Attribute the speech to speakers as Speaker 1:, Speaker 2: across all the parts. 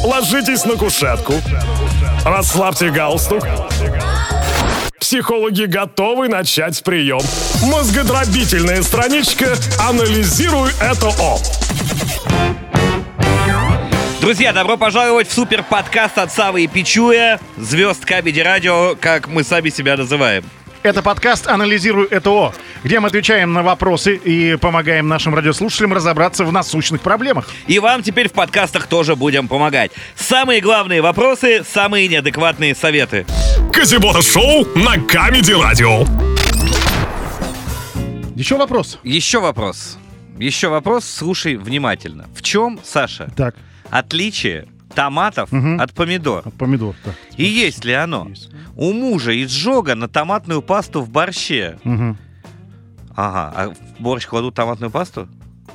Speaker 1: ложитесь на кушетку, расслабьте галстук. Психологи готовы начать прием. Мозгодробительная страничка «Анализируй это О».
Speaker 2: Друзья, добро пожаловать в супер-подкаст от Савы и Пичуя, звезд Камеди Радио, как мы сами себя называем.
Speaker 3: Это подкаст «Анализируй это О», где мы отвечаем на вопросы и помогаем нашим радиослушателям разобраться в насущных проблемах.
Speaker 2: И вам теперь в подкастах тоже будем помогать. Самые главные вопросы, самые неадекватные советы.
Speaker 1: Казибота-шоу на Камеди Радио.
Speaker 3: Еще вопрос.
Speaker 2: Еще вопрос, слушай внимательно. В чем, Саша,
Speaker 3: Так,
Speaker 2: отличие томатов от помидор?
Speaker 3: от помидор. Так.
Speaker 2: И есть ли оно?
Speaker 3: Есть.
Speaker 2: У мужа изжога на томатную пасту в борще.
Speaker 3: Мгм.
Speaker 2: Ага, а в борщ кладут томатную пасту?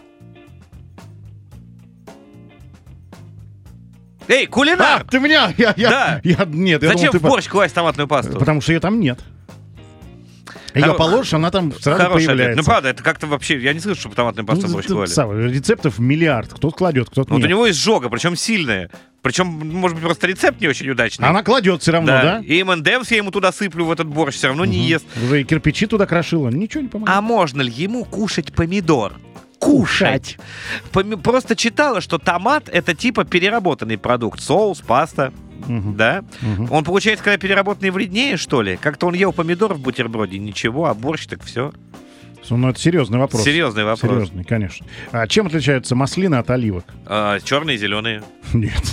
Speaker 2: Эй, кулинар!
Speaker 3: Ты меня?
Speaker 2: Да.
Speaker 3: Нет, я
Speaker 2: Зачем
Speaker 3: думал, ты
Speaker 2: в борщ класть томатную пасту?
Speaker 3: Потому что ее там нет. Ее положишь, она там сразу
Speaker 2: Хороший ответ.
Speaker 3: появляется.
Speaker 2: Ну, правда, это как-то вообще... Я не слышу, чтобы томатную пасту в борщ клали.
Speaker 3: Рецептов миллиард. Кто-то кладет, кто-то
Speaker 2: Вот у
Speaker 3: нет.
Speaker 2: него изжога, причем сильная. Причем, может быть, просто рецепт не очень удачный.
Speaker 3: Она кладет все равно, да?
Speaker 2: И M&M's я ему туда сыплю, в этот борщ, все равно не ест.
Speaker 3: Уже и кирпичи туда крошила. Ничего не помогает.
Speaker 2: А можно ли ему кушать помидор?
Speaker 3: Кушать.
Speaker 2: Просто читала, что томат — это типа переработанный продукт. Соус, паста. Да? Он, получается, когда переработанный, вреднее, что ли? Как-то он ел помидор в бутерброде, ничего, а борщ так все.
Speaker 3: Ну, это серьезный вопрос.
Speaker 2: Серьезный вопрос.
Speaker 3: Серьезный, конечно. А чем отличаются маслины от оливок?
Speaker 2: Черные, зеленые.
Speaker 3: Нет.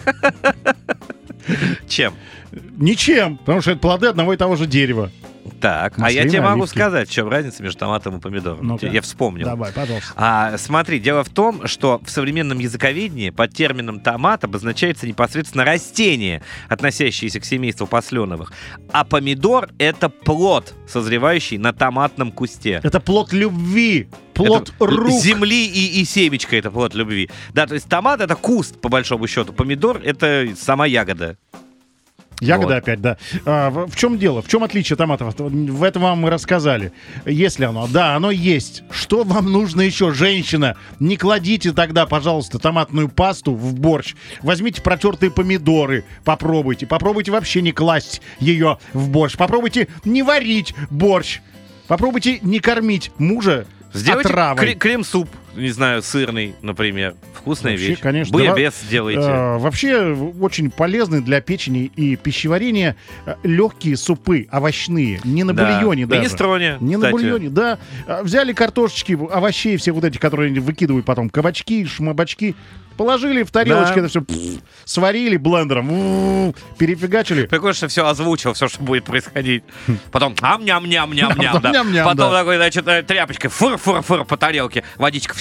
Speaker 2: Чем?
Speaker 3: Ничем, потому что это плоды одного и того же дерева.
Speaker 2: Так, а
Speaker 3: Маслины,
Speaker 2: я тебе могу
Speaker 3: оливки.
Speaker 2: сказать, в чем разница между томатом и помидором.
Speaker 3: Ну-ка.
Speaker 2: Я вспомнил.
Speaker 3: Давай, пожалуйста.
Speaker 2: Смотри, дело в том, что в современном языковедении под термином томат обозначается непосредственно растение, относящееся к семейству посленовых. А помидор — это плод, созревающий на томатном кусте.
Speaker 3: Это плод любви, плод
Speaker 2: Это
Speaker 3: рук.
Speaker 2: земли и семечко — это плод любви. Да, то есть томат — это куст, по большому счету. Помидор — это сама ягода.
Speaker 3: Ягода
Speaker 2: Вот.
Speaker 3: опять, да. В чем дело? В чем отличие томатов? В этом вам мы рассказали. Если оно? Да, оно есть. Что вам нужно еще, женщина? Не кладите тогда, пожалуйста, томатную пасту в борщ. Возьмите протертые помидоры, попробуйте. Попробуйте вообще не класть ее в борщ. Попробуйте не варить борщ. Попробуйте не кормить мужа
Speaker 2: Сделайте
Speaker 3: отравой.
Speaker 2: крем-суп, не знаю, сырный, например. Вкусная
Speaker 3: Вообще,
Speaker 2: вещь.
Speaker 3: конечно.
Speaker 2: Буябес сделайте.
Speaker 3: Вообще очень полезны для печени и пищеварения легкие супы, овощные. Не на бульоне даже.
Speaker 2: Министроне,
Speaker 3: Не на
Speaker 2: кстати.
Speaker 3: бульоне, да. Взяли картошечки, овощей, все вот эти, которые выкидывают потом, кабачки, шмабачки, положили в тарелочки,
Speaker 2: Да.
Speaker 3: это все сварили блендером, перефигачили.
Speaker 2: Прикольно, что все озвучил, все, что будет происходить. Потом ам-ням-ням-ням-ням-ням. Да.
Speaker 3: Ням-ням,
Speaker 2: Потом
Speaker 3: да.
Speaker 2: такой, значит, тряпочкой фыр-фыр-фыр по тарелке, водичка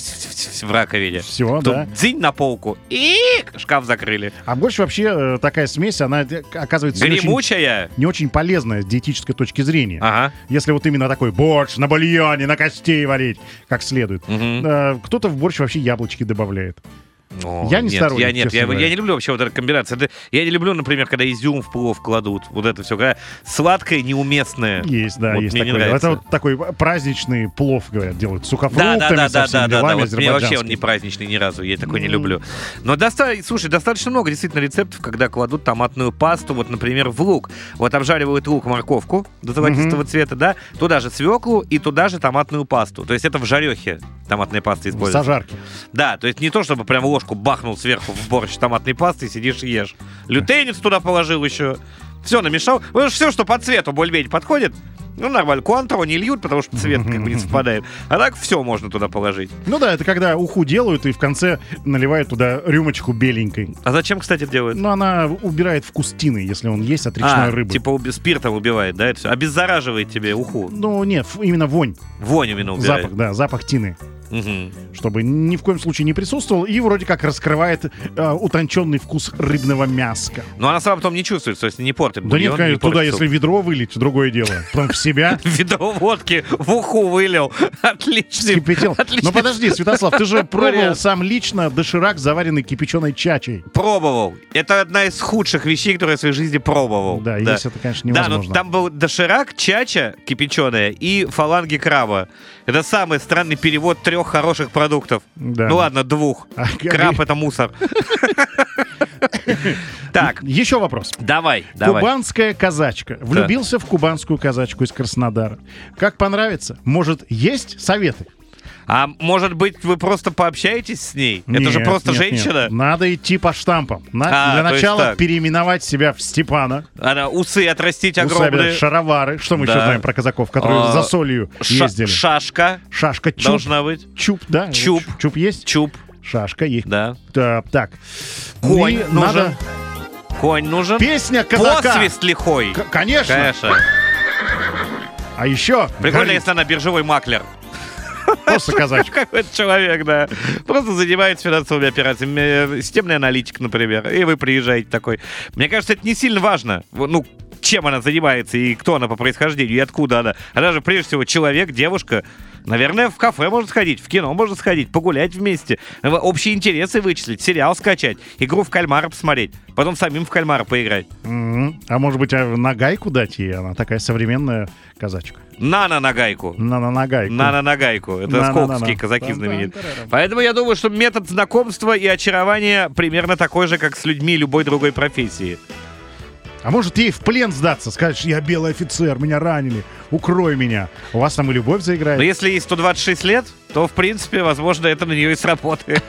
Speaker 2: в раковине.
Speaker 3: Всё,
Speaker 2: Потом
Speaker 3: да.
Speaker 2: дзынь на полку и шкаф закрыли.
Speaker 3: А борщ вообще такая смесь, она оказывается
Speaker 2: Гремучая.
Speaker 3: не очень полезная с диетической точки зрения.
Speaker 2: Ага.
Speaker 3: Если вот именно такой борщ на бульоне, на костей варить, как следует. Кто-то в борщ вообще яблочки добавляет. Я не сторонник, честно
Speaker 2: я
Speaker 3: говоря.
Speaker 2: не люблю вообще вот эту комбинацию. Я не люблю, например, когда изюм в плов кладут. Вот это все. Когда сладкое, неуместное.
Speaker 3: Есть, да,
Speaker 2: Вот
Speaker 3: есть
Speaker 2: мне не
Speaker 3: такой.
Speaker 2: нравится.
Speaker 3: Это вот такой праздничный плов, говорят, делают с сухофруктами, со всеми
Speaker 2: да.
Speaker 3: делами
Speaker 2: Вот мне вообще он
Speaker 3: азербайджанскими.
Speaker 2: не праздничный ни разу, я такой не люблю. Но слушай, достаточно много действительно рецептов, когда кладут томатную пасту, вот, например, в лук. Вот обжаривают лук, морковку до золотистого цвета, да, туда же свеклу и туда же томатную пасту. То есть это в жарехе томатная паста используется.
Speaker 3: Зажарки.
Speaker 2: Да, то есть не то, чтобы прям ложку бахнул сверху в борщ томатной пасты и сидишь и ешь. Лютейниц туда положил еще. Все намешал. Потому что все, что по цвету более-менее подходит, ну, нормально. Куантро не льют, потому что цвет как бы не совпадает. А так все можно туда положить.
Speaker 3: Ну да, это когда уху делают и в конце наливают туда рюмочку беленькой.
Speaker 2: А зачем, кстати, делают?
Speaker 3: Ну, она убирает вкус тины, если он есть от речной рыбы.
Speaker 2: Типа спиртом убивает, да, это все? Обеззараживает тебе уху.
Speaker 3: Ну, нет, именно вонь.
Speaker 2: Вонь именно убирает.
Speaker 3: Запах, да, запах тины.
Speaker 2: Мгм.
Speaker 3: Чтобы ни в коем случае не присутствовал. И вроде как раскрывает утонченный вкус рыбного мяска.
Speaker 2: Но она сама потом не чувствуется, если не портит
Speaker 3: Да
Speaker 2: бульон,
Speaker 3: нет, конечно,
Speaker 2: не портит
Speaker 3: туда,
Speaker 2: суп.
Speaker 3: если ведро вылить, другое дело. Потом в себя
Speaker 2: Ведро водки в уху вылил. Отличный.
Speaker 3: кипятил.
Speaker 2: Отличный.
Speaker 3: Но подожди, Святослав, ты же пробовал
Speaker 2: вариант.
Speaker 3: сам лично доширак, заваренный кипяченой чачей.
Speaker 2: Пробовал. Это одна из худших вещей, которые я в своей жизни пробовал.
Speaker 3: Да, есть это, конечно,
Speaker 2: Да,
Speaker 3: невозможно.
Speaker 2: но там был доширак, чача кипяченая и фаланги краба. Это самый странный перевод 3 хороших продуктов.
Speaker 3: Да.
Speaker 2: Ну ладно, 2.
Speaker 3: А,
Speaker 2: Краб — это мусор. Так,
Speaker 3: Еще вопрос.
Speaker 2: давай.
Speaker 3: Кубанская казачка. Влюбился в кубанскую казачку из Краснодара. Как понравится? Может, есть советы?
Speaker 2: А может быть, вы просто пообщаетесь с ней? Это же просто женщина.
Speaker 3: Нет. Надо идти по штампам. Для
Speaker 2: то есть
Speaker 3: начала
Speaker 2: так.
Speaker 3: переименовать себя в Степана.
Speaker 2: Она усы отрастить
Speaker 3: Усы,
Speaker 2: огромные.
Speaker 3: шаровары. Что мы
Speaker 2: Да.
Speaker 3: еще знаем про казаков, которые за солью ездили?
Speaker 2: Шашка
Speaker 3: Шашка, чуб.
Speaker 2: должна быть.
Speaker 3: Чуб, да?
Speaker 2: Чуб.
Speaker 3: Чуб есть?
Speaker 2: Чуб,
Speaker 3: Шашка есть.
Speaker 2: да.
Speaker 3: Так.
Speaker 2: Конь
Speaker 3: И
Speaker 2: нужен.
Speaker 3: надо...
Speaker 2: Конь нужен.
Speaker 3: Песня казака.
Speaker 2: Посвист лихой.
Speaker 3: Конечно.
Speaker 2: Конечно.
Speaker 3: А еще...
Speaker 2: Прикольно, если она биржевой маклер.
Speaker 3: Просто казачка.
Speaker 2: Какой-то человек, да. Просто занимается финансовыми операциями. Системный аналитик, например. И вы приезжаете такой. Мне кажется, это не сильно важно. Ну, чем она занимается и кто она по происхождению, и откуда она. Она же, прежде всего, человек, девушка. Наверное, в кафе можно сходить, в кино можно сходить, погулять вместе, общие интересы вычислить, сериал скачать, игру в кальмара посмотреть, потом самим в кальмара поиграть.
Speaker 3: А может быть, на гайку дать ей? Она такая современная казачка.
Speaker 2: На гайку.
Speaker 3: На гайку.
Speaker 2: На гайку. Это
Speaker 3: На-на-на-на.
Speaker 2: сколковские казаки знаменит.
Speaker 3: Там-там-тарарам.
Speaker 2: Поэтому я думаю, что метод знакомства и очарования примерно такой же, как с людьми любой другой профессии.
Speaker 3: А может ей в плен сдаться, сказать, что я белый офицер, меня ранили, укрой меня. У вас там и любовь заиграет.
Speaker 2: Но если ей 126 лет, то, в принципе, возможно, это на нее и сработает.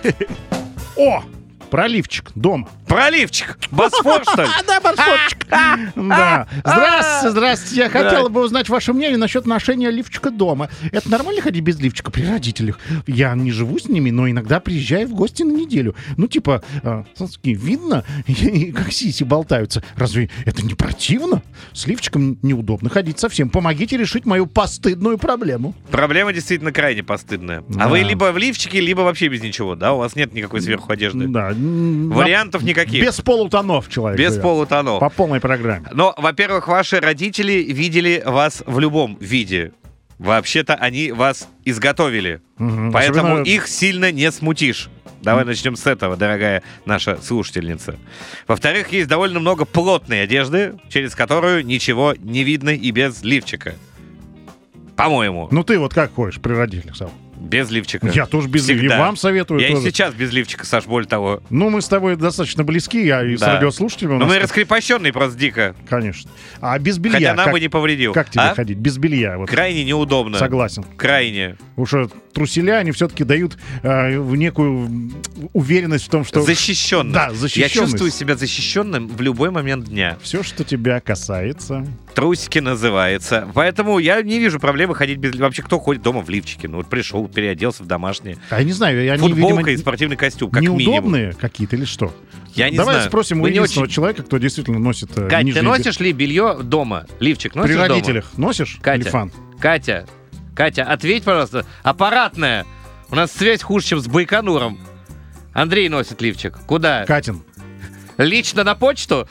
Speaker 3: О! Проливчик дома.
Speaker 2: Проливчик! Босфор, что ли?
Speaker 3: Да, Барсотчик. Да. Здравствуйте. Я хотела бы узнать ваше мнение насчет ношения лифчика дома. Это нормально ходить без лифчика при родителях? Я не живу с ними, но иногда приезжаю в гости на неделю. Ну, типа, видно, как сиси болтаются. Разве это не противно? С лифчиком неудобно ходить совсем. Помогите решить мою постыдную проблему.
Speaker 2: Проблема действительно крайне постыдная.
Speaker 3: Да.
Speaker 2: А вы либо в лифчике, либо вообще без ничего, да? У вас нет никакой сверху одежды.
Speaker 3: Да.
Speaker 2: Вариантов никаких.
Speaker 3: Без полутонов человек.
Speaker 2: Без
Speaker 3: живет.
Speaker 2: полутонов.
Speaker 3: По полной программе.
Speaker 2: Но, во-первых, ваши родители видели вас в любом виде. Вообще-то они вас изготовили. Поэтому
Speaker 3: Особенно-
Speaker 2: их сильно не смутишь. Давай начнем с этого, дорогая наша слушательница. Во-вторых, есть довольно много плотной одежды, через которую ничего не видно и без лифчика. По-моему.
Speaker 3: Ну ты вот как ходишь при родителях, Сав?
Speaker 2: Без лифчика.
Speaker 3: Я тоже без лифчика. И
Speaker 2: Всегда.
Speaker 3: вам советую
Speaker 2: Я
Speaker 3: тоже.
Speaker 2: и сейчас без лифчика, Саш, более того.
Speaker 3: Ну, мы с тобой достаточно близки, я и с
Speaker 2: Да.
Speaker 3: радиослушателями у
Speaker 2: Но
Speaker 3: нас,
Speaker 2: мы раскрепощенные просто дико.
Speaker 3: конечно. А без белья
Speaker 2: Хотя нам
Speaker 3: как,
Speaker 2: бы не повредил.
Speaker 3: как тебе
Speaker 2: А?
Speaker 3: ходить? Без белья, вот,
Speaker 2: Крайне неудобно.
Speaker 3: согласен.
Speaker 2: Крайне.
Speaker 3: Уж труселя, они все-таки дают в некую уверенность в том, что...
Speaker 2: Защищенно.
Speaker 3: Да,
Speaker 2: Я
Speaker 3: защищенность.
Speaker 2: чувствую себя защищенным в любой момент дня.
Speaker 3: Все, что тебя касается.
Speaker 2: Трусики называется. Поэтому я не вижу проблемы ходить без... Вообще, кто ходит дома в лифчике? Ну, вот пришел, переоделся в домашнее.
Speaker 3: А я не знаю, они,
Speaker 2: Футболка
Speaker 3: видимо,
Speaker 2: и спортивный костюм, как минимум.
Speaker 3: неудобные какие-то или что?
Speaker 2: Я не
Speaker 3: Давай
Speaker 2: знаю.
Speaker 3: спросим у
Speaker 2: Вы не
Speaker 3: единственного
Speaker 2: очень-
Speaker 3: человека, кто действительно носит
Speaker 2: Кать, ты
Speaker 3: нижнее
Speaker 2: носишь ли белье дома? Лифчик носишь
Speaker 3: При
Speaker 2: дома?
Speaker 3: родителях носишь?
Speaker 2: Катя.
Speaker 3: Или фан?
Speaker 2: Катя, ответь, пожалуйста. Аппаратная. У нас связь хуже, чем с Байконуром. Андрей носит лифчик. Куда?
Speaker 3: Катин.
Speaker 2: Лично на почту?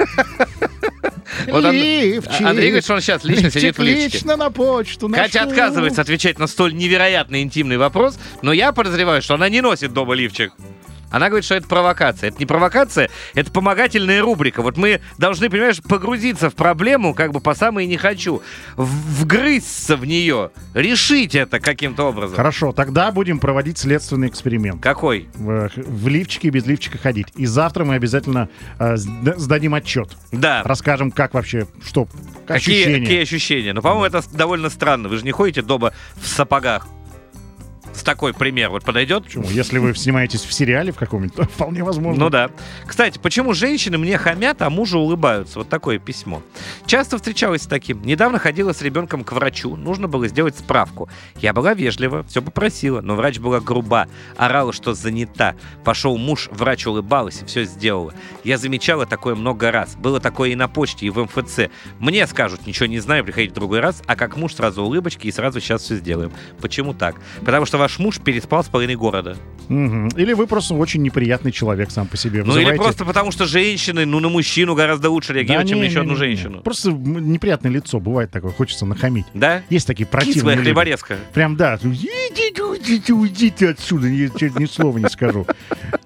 Speaker 2: Вот
Speaker 3: Лифчик.
Speaker 2: Андрей говорит, что он сейчас лично сидит в лифчике.
Speaker 3: Лично на почту
Speaker 2: Катя
Speaker 3: ношу.
Speaker 2: отказывается отвечать на столь невероятно интимный вопрос, но я подозреваю, что она не носит дома лифчик. Она говорит, что это провокация. Это не провокация, это помогательная рубрика. Вот мы должны, понимаешь, погрузиться в проблему, как бы по самой не хочу, вгрызться в нее, решить это каким-то образом.
Speaker 3: Хорошо, тогда будем проводить следственный эксперимент.
Speaker 2: Какой?
Speaker 3: В лифчике и без лифчика ходить. И завтра мы обязательно сдадим отчет.
Speaker 2: Да.
Speaker 3: Расскажем, как вообще, что,
Speaker 2: Какие
Speaker 3: ощущения.
Speaker 2: ощущения? Ну, по-моему, это довольно странно. Вы же не ходите дома в сапогах. С такой пример вот подойдет?
Speaker 3: Почему? Если вы снимаетесь в сериале в каком-нибудь, то вполне возможно.
Speaker 2: Ну да. Кстати, почему женщины мне хамят, а мужу улыбаются? Вот такое письмо. Часто встречалась с таким. Недавно ходила с ребенком к врачу. Нужно было сделать справку. Я была вежлива, все попросила, но врач была груба. Орала, что занята. Пошел муж, врач улыбалась и все сделала. Я замечала такое много раз. Было такое и на почте, и в МФЦ. Мне скажут, ничего не знаю, приходите в другой раз, а как муж сразу улыбочки и сразу сейчас все сделаем. Почему так? Потому что ваш муж переспал с половиной города.
Speaker 3: Мгм. Или вы просто очень неприятный человек сам по себе.
Speaker 2: Ну или
Speaker 3: Вызываете-
Speaker 2: просто потому, что женщины, ну на мужчину гораздо лучше
Speaker 3: Да
Speaker 2: реагируют, чем на еще одну
Speaker 3: не-не-не-не.
Speaker 2: женщину.
Speaker 3: Просто неприятное лицо бывает такое, хочется нахамить.
Speaker 2: Да?
Speaker 3: Есть такие
Speaker 2: Кислая
Speaker 3: противные люди.
Speaker 2: хлеборезка.
Speaker 3: Прям да. Идите отсюда, я чуть ни слова не скажу.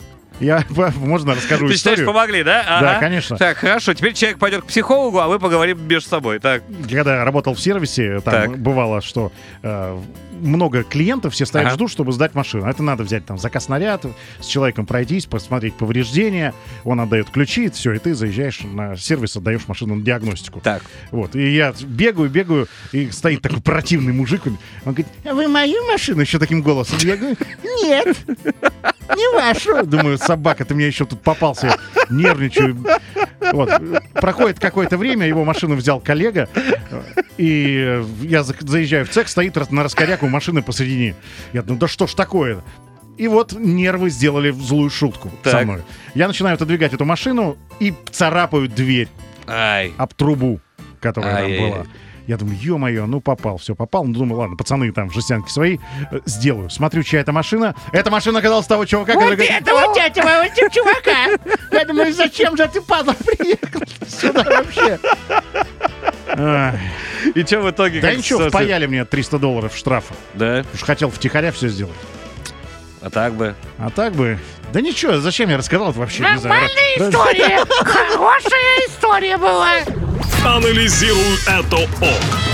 Speaker 3: Можно расскажу
Speaker 2: Ты считаешь,
Speaker 3: историю?
Speaker 2: помогли, да?
Speaker 3: Да,
Speaker 2: Ага.
Speaker 3: конечно.
Speaker 2: Так, хорошо. Теперь человек пойдет к психологу, а мы поговорим между собой. Так.
Speaker 3: Когда я работал в сервисе, там
Speaker 2: Так.
Speaker 3: бывало, что много клиентов, все стоят,
Speaker 2: Ага.
Speaker 3: ждут, чтобы сдать машину. Это надо взять там заказ наряд, с человеком пройтись, посмотреть повреждения, он отдает ключи, все, и ты заезжаешь на сервис, отдаешь машину на диагностику.
Speaker 2: Так.
Speaker 3: Вот, и я бегаю, и стоит такой противный мужик, он говорит: а вы мою машину? Еще таким голосом. Я говорю: нет, не вашу. Думаю, собака, ты мне еще тут попался, я нервничаю. Вот. Проходит какое-то время, его машину взял коллега, и я заезжаю в цех, стоит на раскоряку машины посредине. Я думаю, да что ж такое? И вот нервы сделали злую шутку со
Speaker 2: Так.
Speaker 3: мной. Я начинаю отодвигать эту машину и царапаю дверь
Speaker 2: Ай.
Speaker 3: об трубу, которая там
Speaker 2: Ай-яй-яй.
Speaker 3: была. Я думаю, ё-моё, ну попал, все попал. Ну, думаю, ладно, пацаны там жестянки свои сделаю. Смотрю, чья это машина. Эта машина оказалась того чувака, который говорит:
Speaker 4: этого чувака. Я думаю, зачем же ты, падла, приехал сюда вообще?
Speaker 3: «Ах».
Speaker 2: И что в итоге?
Speaker 3: Да
Speaker 2: как
Speaker 3: ничего,
Speaker 2: ситуация?
Speaker 3: впаяли мне $300 штрафа.
Speaker 2: Да?
Speaker 3: Уж хотел втихаря все сделать.
Speaker 2: А так бы?
Speaker 3: А так бы... Да ничего, зачем я рассказал это вообще? Не знаю.
Speaker 4: Нормальная история. Хорошая история была.
Speaker 1: Анализируй это ок.